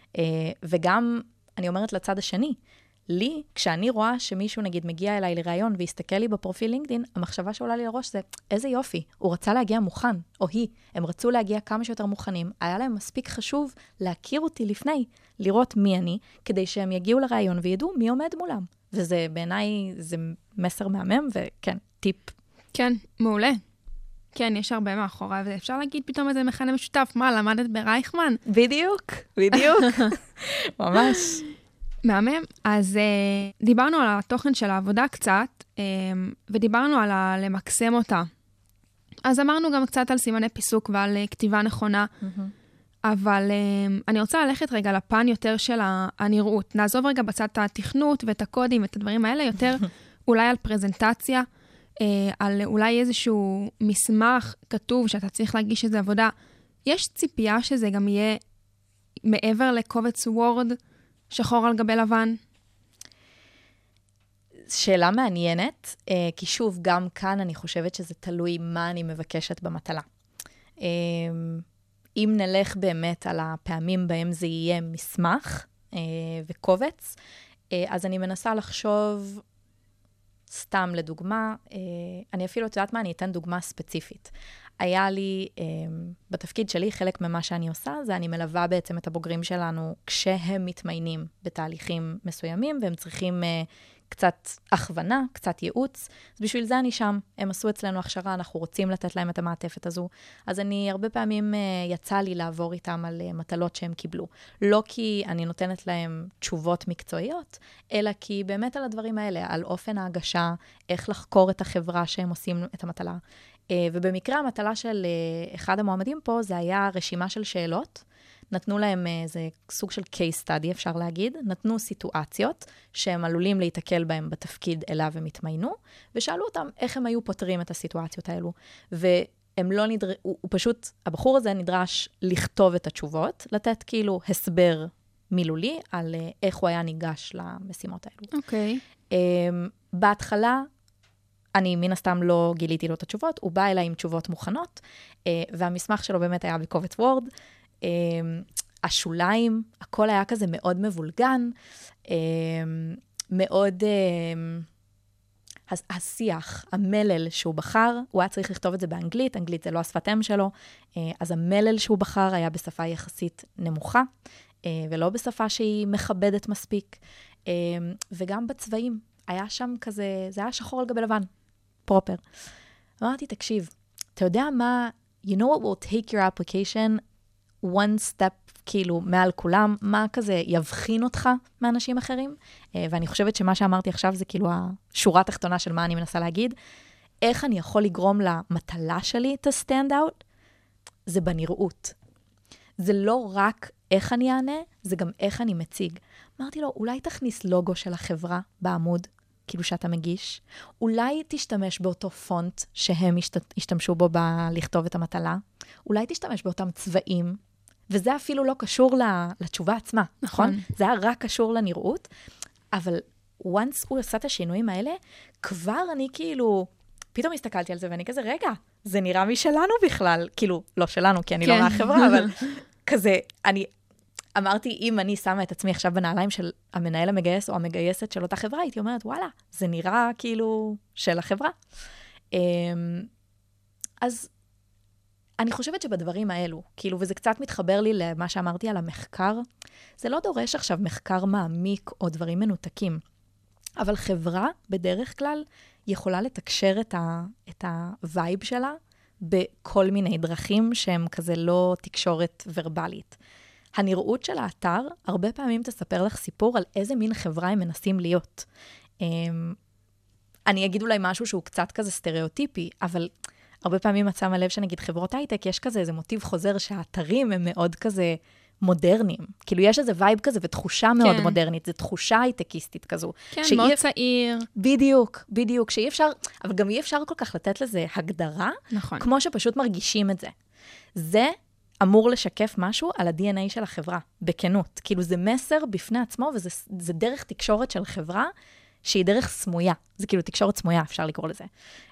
וגם, אני אומרת לצד השני, לי, כשאני רואה שמישהו נגיד מגיע אליי לראיון ויסתכל לי בפרופיל לינקדין, המחשבה שעולה לי לראש זה, איזה יופי, הוא רצה להגיע מוכן, או היא, הם רצו להגיע כמה שיותר מוכנים, היה להם מספיק חשוב להכיר אותי לפני, לראות מי אני, כדי שהם יגיעו לראיון וידעו מי עומד מולם. וזה בעיניי, זה מסר מהמם, וכן, טיפ. כן, מעולה. כן, יש הרבה מאחורי, ואפשר להגיד פתאום איזה מכנה משותף, מה, למדת ברייכמן? בדיוק, בדיוק. ממש. מהמם. אז uh, דיברנו על התוכן של העבודה קצת, um, ודיברנו על ה- למקסם אותה. אז אמרנו גם קצת על סימני פיסוק ועל uh, כתיבה נכונה, mm-hmm. אבל um, אני רוצה ללכת רגע לפן יותר של הנראות. נעזוב רגע בצד את התכנות ואת הקודים ואת הדברים האלה, יותר אולי על פרזנטציה, uh, על אולי איזשהו מסמך כתוב שאתה צריך להגיש איזו עבודה. יש ציפייה שזה גם יהיה מעבר לקובץ וורד, שחור על גבי לבן? שאלה מעניינת, כי שוב, גם כאן אני חושבת שזה תלוי מה אני מבקשת במטלה. אם נלך באמת על הפעמים בהם זה יהיה מסמך וקובץ, אז אני מנסה לחשוב, סתם לדוגמה, אני אפילו יודעת מה, אני אתן דוגמה ספציפית. היה לי, בתפקיד שלי, חלק ממה שאני עושה, זה אני מלווה בעצם את הבוגרים שלנו כשהם מתמיינים בתהליכים מסוימים, והם צריכים קצת הכוונה, קצת ייעוץ. אז בשביל זה אני שם. הם עשו אצלנו הכשרה, אנחנו רוצים לתת להם את המעטפת הזו. אז אני הרבה פעמים יצא לי לעבור איתם על מטלות שהם קיבלו. לא כי אני נותנת להם תשובות מקצועיות, אלא כי באמת על הדברים האלה, על אופן ההגשה, איך לחקור את החברה שהם עושים את המטלה. ובמקרה המטלה של אחד המועמדים פה, זה היה רשימה של שאלות. נתנו להם איזה סוג של case study, אפשר להגיד. נתנו סיטואציות שהם עלולים להתקל בהם בתפקיד אליו הם התמיינו, ושאלו אותם איך הם היו פותרים את הסיטואציות האלו. והם לא נדר... הוא, הוא פשוט, הבחור הזה נדרש לכתוב את התשובות, לתת כאילו הסבר מילולי על איך הוא היה ניגש למשימות האלו. אוקיי. Okay. בהתחלה, אני מן הסתם לא גיליתי לו את התשובות, הוא בא אליי עם תשובות מוכנות, והמסמך שלו באמת היה בקובץ וורד, השוליים, הכל היה כזה מאוד מבולגן, מאוד, השיח, המלל שהוא בחר, הוא היה צריך לכתוב את זה באנגלית, אנגלית זה לא השפת אם שלו, אז המלל שהוא בחר היה בשפה יחסית נמוכה, ולא בשפה שהיא מכבדת מספיק, וגם בצבעים, היה שם כזה, זה היה שחור על גבי לבן, פרופר. אמרתי, תקשיב, אתה יודע מה, you know what will take your application one step, כאילו, מעל כולם, מה כזה יבחין אותך מאנשים אחרים? ואני חושבת שמה שאמרתי עכשיו זה כאילו השורה התחתונה של מה אני מנסה להגיד. איך אני יכול לגרום למטלה שלי to stand out? זה בנראות. זה לא רק איך אני אענה, זה גם איך אני מציג. אמרתי לו, אולי תכניס לוגו של החברה בעמוד, כאילו שאתה מגיש. אולי תשתמש באותו פונט שהם השתמשו בו לכתוב את המטלה. אולי תשתמש באותם צבעים, וזה אפילו לא קשור לתשובה עצמה, נכון? נכון? זה היה רק קשור לנראות, אבל once הוא עשה את השינויים האלה, כבר אני כאילו, פתאום הסתכלתי על זה, ואני כזה, רגע, זה נראה משלנו בכלל, כאילו, לא שלנו, כי אני כן. לא מהחברה, אבל כזה, אני אמרתי, אם אני שמה את עצמי עכשיו בנעליים של המנהל המגייס, או המגייסת של אותה חברה, הייתי אומרת, וואלה, זה נראה כאילו של החברה. אז אני חושבת שבדברים האלו, כאילו, וזה קצת מתחבר לי למה שאמרתי על המחקר, זה לא דורש עכשיו מחקר מעמיק או דברים מנותקים, אבל חברה בדרך כלל יכולה לתקשר את, ה, את הווייב שלה בכל מיני דרכים שהם כזה לא תקשורת ורבלית. הנראות של האתר הרבה פעמים תספר לך סיפור על איזה מין חברה הם מנסים להיות. אני אגיד אולי משהו שהוא קצת כזה סטריאוטיפי, אבל הרבה פעמים את שמה לב שנגיד חברות הייטק, יש כזה איזה מוטיב חוזר שהאתרים הם מאוד כזה מודרניים. כאילו יש איזה וייב כזה ותחושה מאוד כן. מודרנית, זו תחושה הייטקיסטית כזו. כן, שאי... מאוד צעיר. בדיוק, בדיוק, שאי אפשר, אבל גם אי אפשר כל כך לתת לזה הגדרה, נכון. כמו שפשוט מרגישים את זה. זה אמור לשקף משהו על ה-די אן איי של החברה, בכנות. כאילו זה מסר בפני עצמו, וזה זה דרך תקשורת של חברה, שהיא דרך סמויה. זה כאילו תקשורת סמויה, אפשר לקרוא לזה.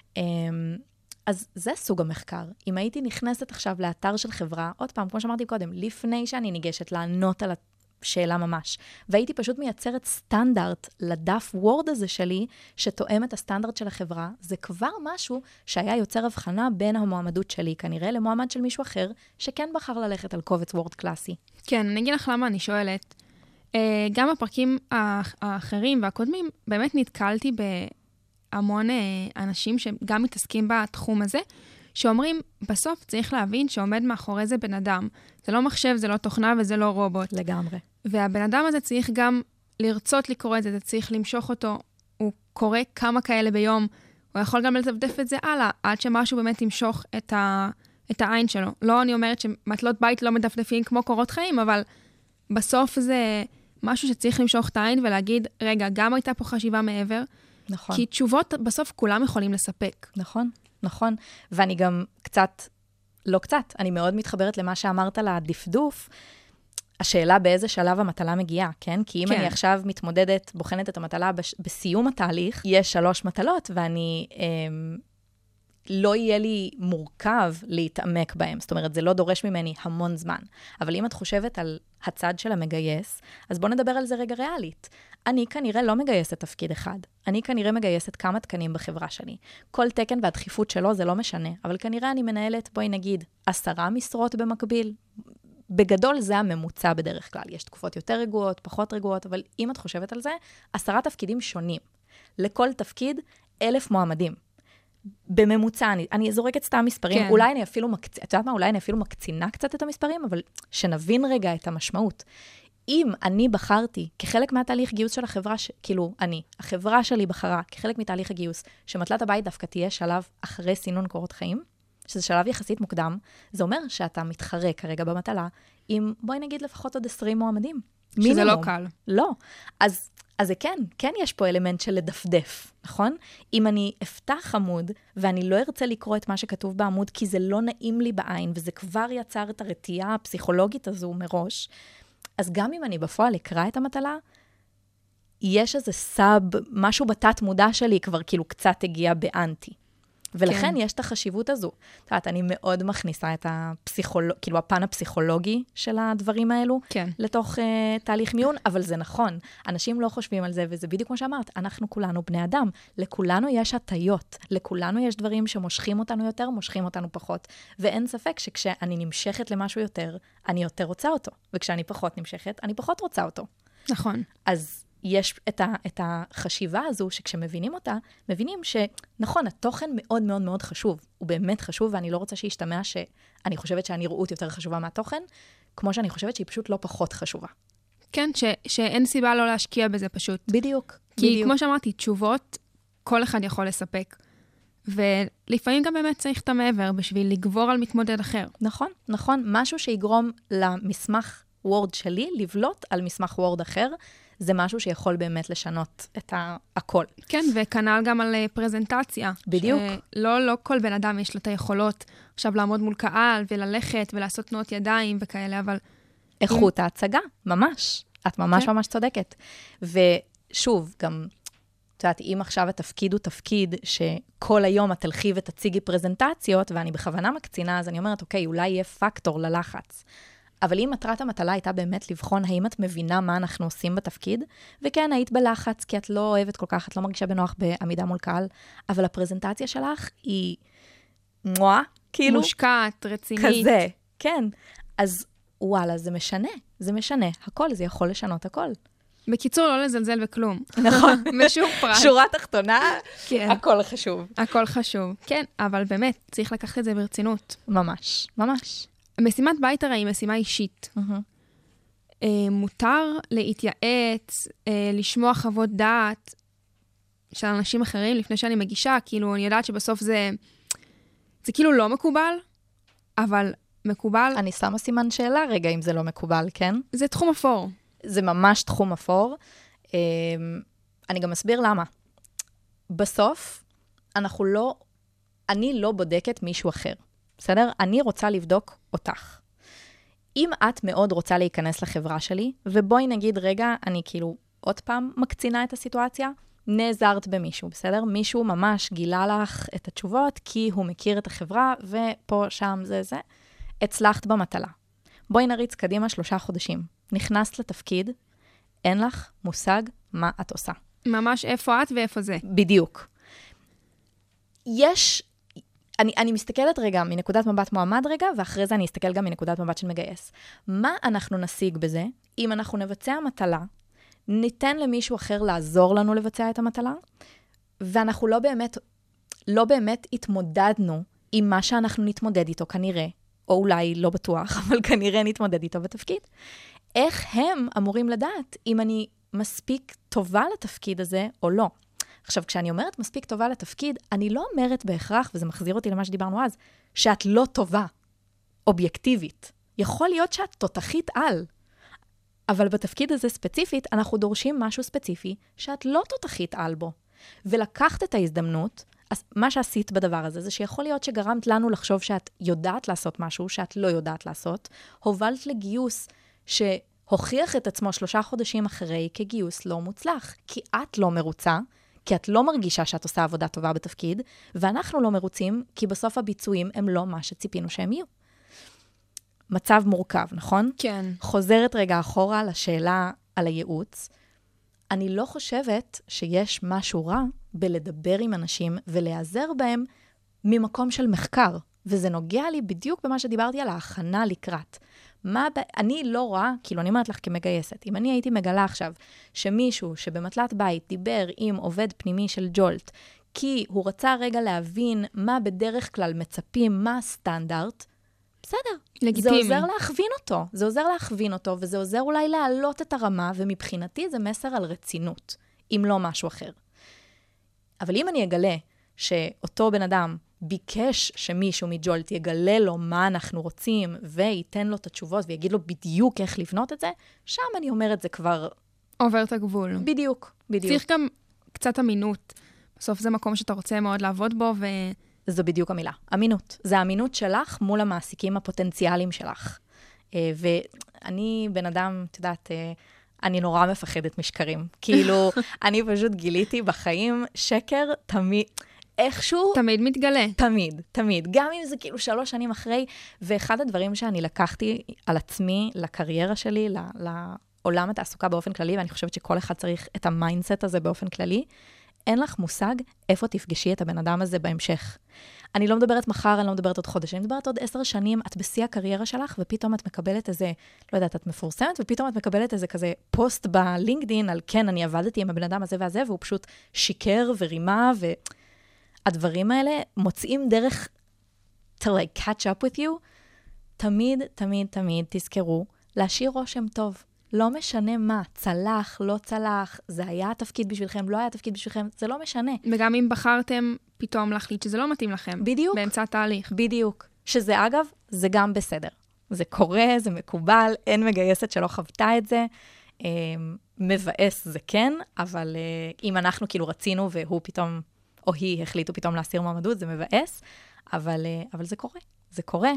אז זה סוג המחקר. אם הייתי נכנסת עכשיו לאתר של חברה, עוד פעם, כמו שאמרתי קודם, לפני שאני ניגשת לענות על השאלה ממש, והייתי פשוט מייצרת סטנדרט לדף וורד הזה שלי, שתואם את הסטנדרט של החברה, זה כבר משהו שהיה יוצר הבחנה בין המועמדות שלי, כנראה למועמד של מישהו אחר, שכן בחר ללכת על קובץ וורד קלאסי. כן, אני אגיד לך למה אני שואלת. גם הפרקים האחרים והקודמים, באמת נתקלתי ב... המון אנשים שגם מתעסקים בתחום הזה, שאומרים, בסוף צריך להבין שעומד מאחורי זה בן אדם. זה לא מחשב, זה לא תוכנה וזה לא רובוט. לגמרי. והבן אדם הזה צריך גם לרצות לקרוא את זה, זה צריך למשוך אותו. הוא קורא כמה כאלה ביום, הוא יכול גם לדפדף את זה הלאה, עד שמשהו באמת ימשוך את, ה... את העין שלו. לא אני אומרת שמטלות בית לא מדפדפים כמו קורות חיים, אבל בסוף זה משהו שצריך למשוך את העין ולהגיד, רגע, גם הייתה פה חשיבה מעבר, נכון. כי תשובות בסוף כולם יכולים לספק. נכון, נכון. ואני גם קצת, לא קצת, אני מאוד מתחברת למה שאמרת לדפדוף, השאלה באיזה שלב המטלה מגיעה, כן? כי אם כן. אני עכשיו מתמודדת, בוחנת את המטלה בש... בסיום התהליך, יש שלוש מטלות, ואני... אמ... לא יהיה לי מורכב להתעמק בהם. זאת אומרת, זה לא דורש ממני המון זמן. אבל אם את חושבת על הצד של המגייס, אז בוא נדבר על זה רגע ריאלית. אני כנראה לא מגייסת תפקיד אחד. אני כנראה מגייסת כמה תקנים בחברה שלי. כל תקן והדחיפות שלו זה לא משנה, אבל כנראה אני מנהלת, בואי נגיד, עשרה משרות במקביל. בגדול זה הממוצע בדרך כלל. יש תקופות יותר רגועות, פחות רגועות, אבל אם את חושבת על זה, עשרה תפקידים שונים. לכל תפקיד, אלף מועמדים. בממוצע, אני, אני זורקת סתם מספרים, כן. אולי אני אפילו מקצ... את יודעת מה, אולי אני אפילו מקצינה קצת את המספרים, אבל שנבין רגע את המשמעות. אם אני בחרתי כחלק מהתהליך גיוס של החברה, ש... כאילו, אני, החברה שלי בחרה כחלק מתהליך הגיוס, שמטלת הבית דווקא תהיה שלב אחרי סינון קורות חיים, שזה שלב יחסית מוקדם, זה אומר שאתה מתחרה כרגע במטלה, עם, בואי נגיד לפחות עוד עשרים מועמדים. שזה מינימום. לא קל. לא. אז... אז זה כן, כן יש פה אלמנט של לדפדף, נכון? אם אני אפתח עמוד, ואני לא ארצה לקרוא את מה שכתוב בעמוד, כי זה לא נעים לי בעין, וזה כבר יצר את הרתיעה הפסיכולוגית הזו מראש, אז גם אם אני בפועל אקרא את המטלה, יש איזה סאב, משהו בתת מודע שלי כבר כאילו קצת הגיע באנטי. ולכן כן. יש את החשיבות הזו. את יודעת, אני מאוד מכניסה את הפסיכולוג, כאילו הפן הפסיכולוגי של הדברים האלו, כן. לתוך uh, תהליך מיון, אבל זה נכון. אנשים לא חושבים על זה, וזה בדיוק כמו שאמרת, אנחנו כולנו בני אדם. לכולנו יש הטיות. לכולנו יש דברים שמושכים אותנו יותר, מושכים אותנו פחות. ואין ספק שכשאני נמשכת למשהו יותר, אני יותר רוצה אותו. וכשאני פחות נמשכת, אני פחות רוצה אותו. נכון. אז יש את, ה, את החשיבה הזו, שכשמבינים אותה, מבינים שנכון, התוכן מאוד מאוד מאוד חשוב. הוא באמת חשוב, ואני לא רוצה שישתמע שאני חושבת שהנראות יותר חשובה מהתוכן, כמו שאני חושבת שהיא פשוט לא פחות חשובה. כן, ש, שאין סיבה לא להשקיע בזה פשוט. בדיוק. כי בדיוק. כמו שאמרתי, תשובות, כל אחד יכול לספק. ולפעמים גם באמת צריך את המעבר, בשביל לגבור על מתמודד אחר. נכון, נכון. משהו שיגרום למסמך וורד שלי, לבלוט על מסמך וורד אחר, זה משהו שיכול באמת לשנות את הכל. כן, וכנ"ל גם על פרזנטציה. בדיוק. שלא לא כל בן אדם יש לו את היכולות עכשיו לעמוד מול קהל וללכת ולעשות תנועות ידיים וכאלה, אבל... איכות ההצגה, ממש. את ממש ממש צודקת. ושוב, גם, את יודעת, אם עכשיו התפקיד הוא תפקיד שכל היום את תלכי ותציגי פרזנטציות, ואני בכוונה מקצינה, אז אני אומרת, אוקיי, אולי יהיה פקטור ללחץ. אבל אם מטרת המטלה הייתה באמת לבחון האם את מבינה מה אנחנו עושים בתפקיד, וכן, היית בלחץ, כי את לא אוהבת כל כך, את לא מרגישה בנוח בעמידה מול קהל, אבל הפרזנטציה שלך היא מואה, כאילו. מושקעת, רצינית. כזה, כן. אז וואלה, זה משנה, זה משנה. הכל, זה יכול לשנות הכל. בקיצור, לא לזלזל בכלום. נכון. בשום פרט. שורה תחתונה, כן. הכל חשוב. הכל חשוב. כן, אבל באמת, צריך לקחת את זה ברצינות. ממש, ממש. משימת בית הרי היא משימה אישית. Mm-hmm. מותר להתייעץ, לשמוע חוות דעת של אנשים אחרים לפני שאני מגישה, כאילו אני יודעת שבסוף זה, זה כאילו לא מקובל, אבל מקובל... אני שמה סימן שאלה רגע אם זה לא מקובל, כן? זה תחום אפור. זה ממש תחום אפור. אני גם אסביר למה. בסוף, אנחנו לא, אני לא בודקת מישהו אחר. בסדר? אני רוצה לבדוק אותך. אם את מאוד רוצה להיכנס לחברה שלי, ובואי נגיד, רגע, אני כאילו עוד פעם מקצינה את הסיטואציה, נעזרת במישהו, בסדר? מישהו ממש גילה לך את התשובות, כי הוא מכיר את החברה, ופה, שם, זה, זה. הצלחת במטלה. בואי נריץ קדימה שלושה חודשים. נכנסת לתפקיד, אין לך מושג מה את עושה. ממש איפה את ואיפה זה. בדיוק. יש... אני, אני מסתכלת רגע מנקודת מבט מועמד רגע, ואחרי זה אני אסתכל גם מנקודת מבט של מגייס. מה אנחנו נשיג בזה? אם אנחנו נבצע מטלה, ניתן למישהו אחר לעזור לנו לבצע את המטלה, ואנחנו לא באמת, לא באמת התמודדנו עם מה שאנחנו נתמודד איתו כנראה, או אולי לא בטוח, אבל כנראה נתמודד איתו בתפקיד. איך הם אמורים לדעת אם אני מספיק טובה לתפקיד הזה או לא? עכשיו, כשאני אומרת מספיק טובה לתפקיד, אני לא אומרת בהכרח, וזה מחזיר אותי למה שדיברנו אז, שאת לא טובה, אובייקטיבית. יכול להיות שאת תותחית על. אבל בתפקיד הזה ספציפית, אנחנו דורשים משהו ספציפי שאת לא תותחית על בו. ולקחת את ההזדמנות, אז מה שעשית בדבר הזה, זה שיכול להיות שגרמת לנו לחשוב שאת יודעת לעשות משהו שאת לא יודעת לעשות, הובלת לגיוס שהוכיח את עצמו שלושה חודשים אחרי כגיוס לא מוצלח, כי את לא מרוצה, כי את לא מרגישה שאת עושה עבודה טובה בתפקיד, ואנחנו לא מרוצים, כי בסוף הביצועים הם לא מה שציפינו שהם יהיו. מצב מורכב, נכון? כן. חוזרת רגע אחורה לשאלה על הייעוץ. אני לא חושבת שיש משהו רע בלדבר עם אנשים ולהיעזר בהם ממקום של מחקר, וזה נוגע לי בדיוק במה שדיברתי על ההכנה לקראת. מה, אני לא רואה, כאילו אני אומרת לך כמגייסת, אם אני הייתי מגלה עכשיו שמישהו שבמטלת בית דיבר עם עובד פנימי של ג'ולט, כי הוא רצה רגע להבין מה בדרך כלל מצפים, מה הסטנדרט, בסדר. לגיטימי. זה עוזר להכווין אותו, זה עוזר להכווין אותו, וזה עוזר אולי להעלות את הרמה, ומבחינתי זה מסר על רצינות, אם לא משהו אחר. אבל אם אני אגלה שאותו בן אדם ביקש שמישהו מג'ולט יגלה לו מה אנחנו רוצים, וייתן לו את התשובות, ויגיד לו בדיוק איך לבנות את זה, שם אני אומרת, זה כבר... עובר את הגבול. בדיוק, בדיוק. צריך גם קצת אמינות. בסוף זה מקום שאתה רוצה מאוד לעבוד בו, ו... זו בדיוק המילה, אמינות. זה האמינות שלך מול המעסיקים הפוטנציאליים שלך. ואני בן אדם, את יודעת, אני נורא מפחדת משקרים. כאילו, אני פשוט גיליתי בחיים שקר תמיד, איכשהו... תמיד מתגלה. תמיד, תמיד. גם אם זה כאילו שלוש שנים אחרי, ואחד הדברים שאני לקחתי על עצמי, לקריירה שלי, לעולם התעסוקה באופן כללי, ואני חושבת שכל אחד צריך את המיינדסט הזה באופן כללי, אין לך מושג איפה תפגשי את הבן אדם הזה בהמשך. אני לא מדברת מחר, אני לא מדברת עוד חודש, אני מדברת עוד עשר שנים, את בשיא הקריירה שלך, ופתאום את מקבלת איזה, לא יודעת, את מפורסמת, ופתאום את מקבלת איזה כזה פוסט בלינקדין, על כן, אני עבדתי עם הבן אדם הזה והזה, והוא פשוט שיקר ורימה, והדברים האלה מוצאים דרך to like catch up with you. תמיד, תמיד, תמיד תזכרו, להשאיר רושם טוב. לא משנה מה, צלח, לא צלח, זה היה התפקיד בשבילכם, לא היה התפקיד בשבילכם, זה לא משנה. וגם אם בחרתם פתאום להחליט שזה לא מתאים לכם. בדיוק. באמצע התהליך. בדיוק. שזה אגב, זה גם בסדר. זה קורה, זה מקובל, אין מגייסת שלא חוותה את זה. מבאס זה כן, אבל אם אנחנו כאילו רצינו והוא פתאום, או היא החליטו פתאום להסיר מועמדות, זה מבאס, אבל, אבל זה קורה. זה קורה.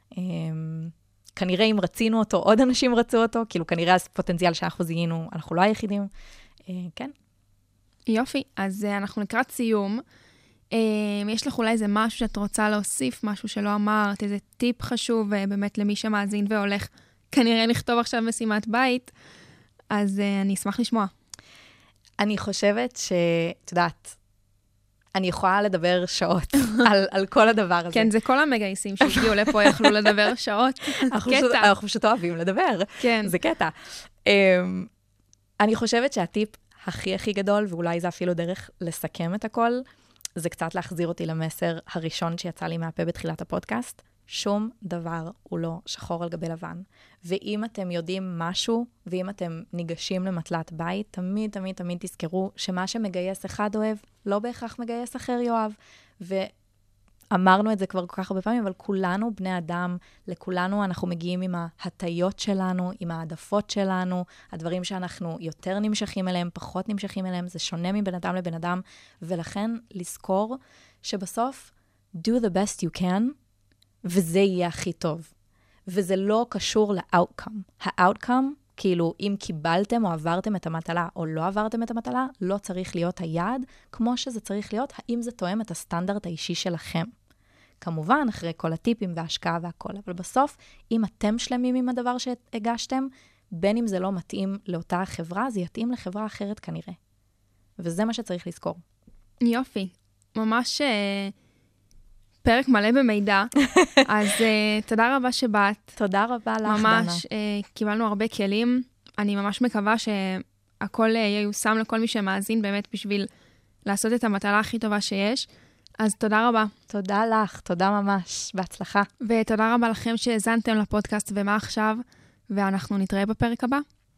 כנראה אם רצינו אותו, עוד אנשים רצו אותו, כאילו כנראה הפוטנציאל שאנחנו זיהינו, אנחנו לא היחידים. כן. יופי, אז אנחנו לקראת סיום. יש לך אולי איזה משהו שאת רוצה להוסיף, משהו שלא אמרת, איזה טיפ חשוב באמת למי שמאזין והולך כנראה לכתוב עכשיו משימת בית, אז אני אשמח לשמוע. אני חושבת שאת יודעת, אני יכולה לדבר שעות על, על כל הדבר הזה. כן, זה כל המגייסים שהגיעו לפה יכלו לדבר שעות. אנחנו פשוט, אנחנו פשוט אוהבים לדבר. כן. זה קטע. Um, אני חושבת שהטיפ הכי הכי גדול, ואולי זה אפילו דרך לסכם את הכל, זה קצת להחזיר אותי למסר הראשון שיצא לי מהפה בתחילת הפודקאסט. שום דבר הוא לא שחור על גבי לבן. ואם אתם יודעים משהו, ואם אתם ניגשים למטלת בית, תמיד, תמיד, תמיד תזכרו שמה שמגייס אחד אוהב, לא בהכרח מגייס אחר יואב. ואמרנו את זה כבר כל כך הרבה פעמים, אבל כולנו בני אדם, לכולנו אנחנו מגיעים עם ההטיות שלנו, עם העדפות שלנו, הדברים שאנחנו יותר נמשכים אליהם, פחות נמשכים אליהם, זה שונה מבן אדם לבן אדם, ולכן לזכור שבסוף, do the best you can, וזה יהיה הכי טוב. וזה לא קשור ל-outcome. ה-outcome, כאילו, אם קיבלתם או עברתם את המטלה, או לא עברתם את המטלה, לא צריך להיות היעד, כמו שזה צריך להיות, האם זה תואם את הסטנדרט האישי שלכם. כמובן, אחרי כל הטיפים וההשקעה והכל, אבל בסוף, אם אתם שלמים עם הדבר שהגשתם, בין אם זה לא מתאים לאותה החברה, זה יתאים לחברה אחרת כנראה. וזה מה שצריך לזכור. יופי. ממש... פרק מלא במידע, אז uh, תודה רבה שבאת. תודה רבה לך, דנה. ממש, uh, קיבלנו הרבה כלים. אני ממש מקווה שהכל uh, ייושם לכל מי שמאזין באמת בשביל לעשות את המטלה הכי טובה שיש. אז תודה רבה. תודה לך, תודה ממש, בהצלחה. ותודה רבה לכם שהזנתם לפודקאסט ומה עכשיו, ואנחנו נתראה בפרק הבא.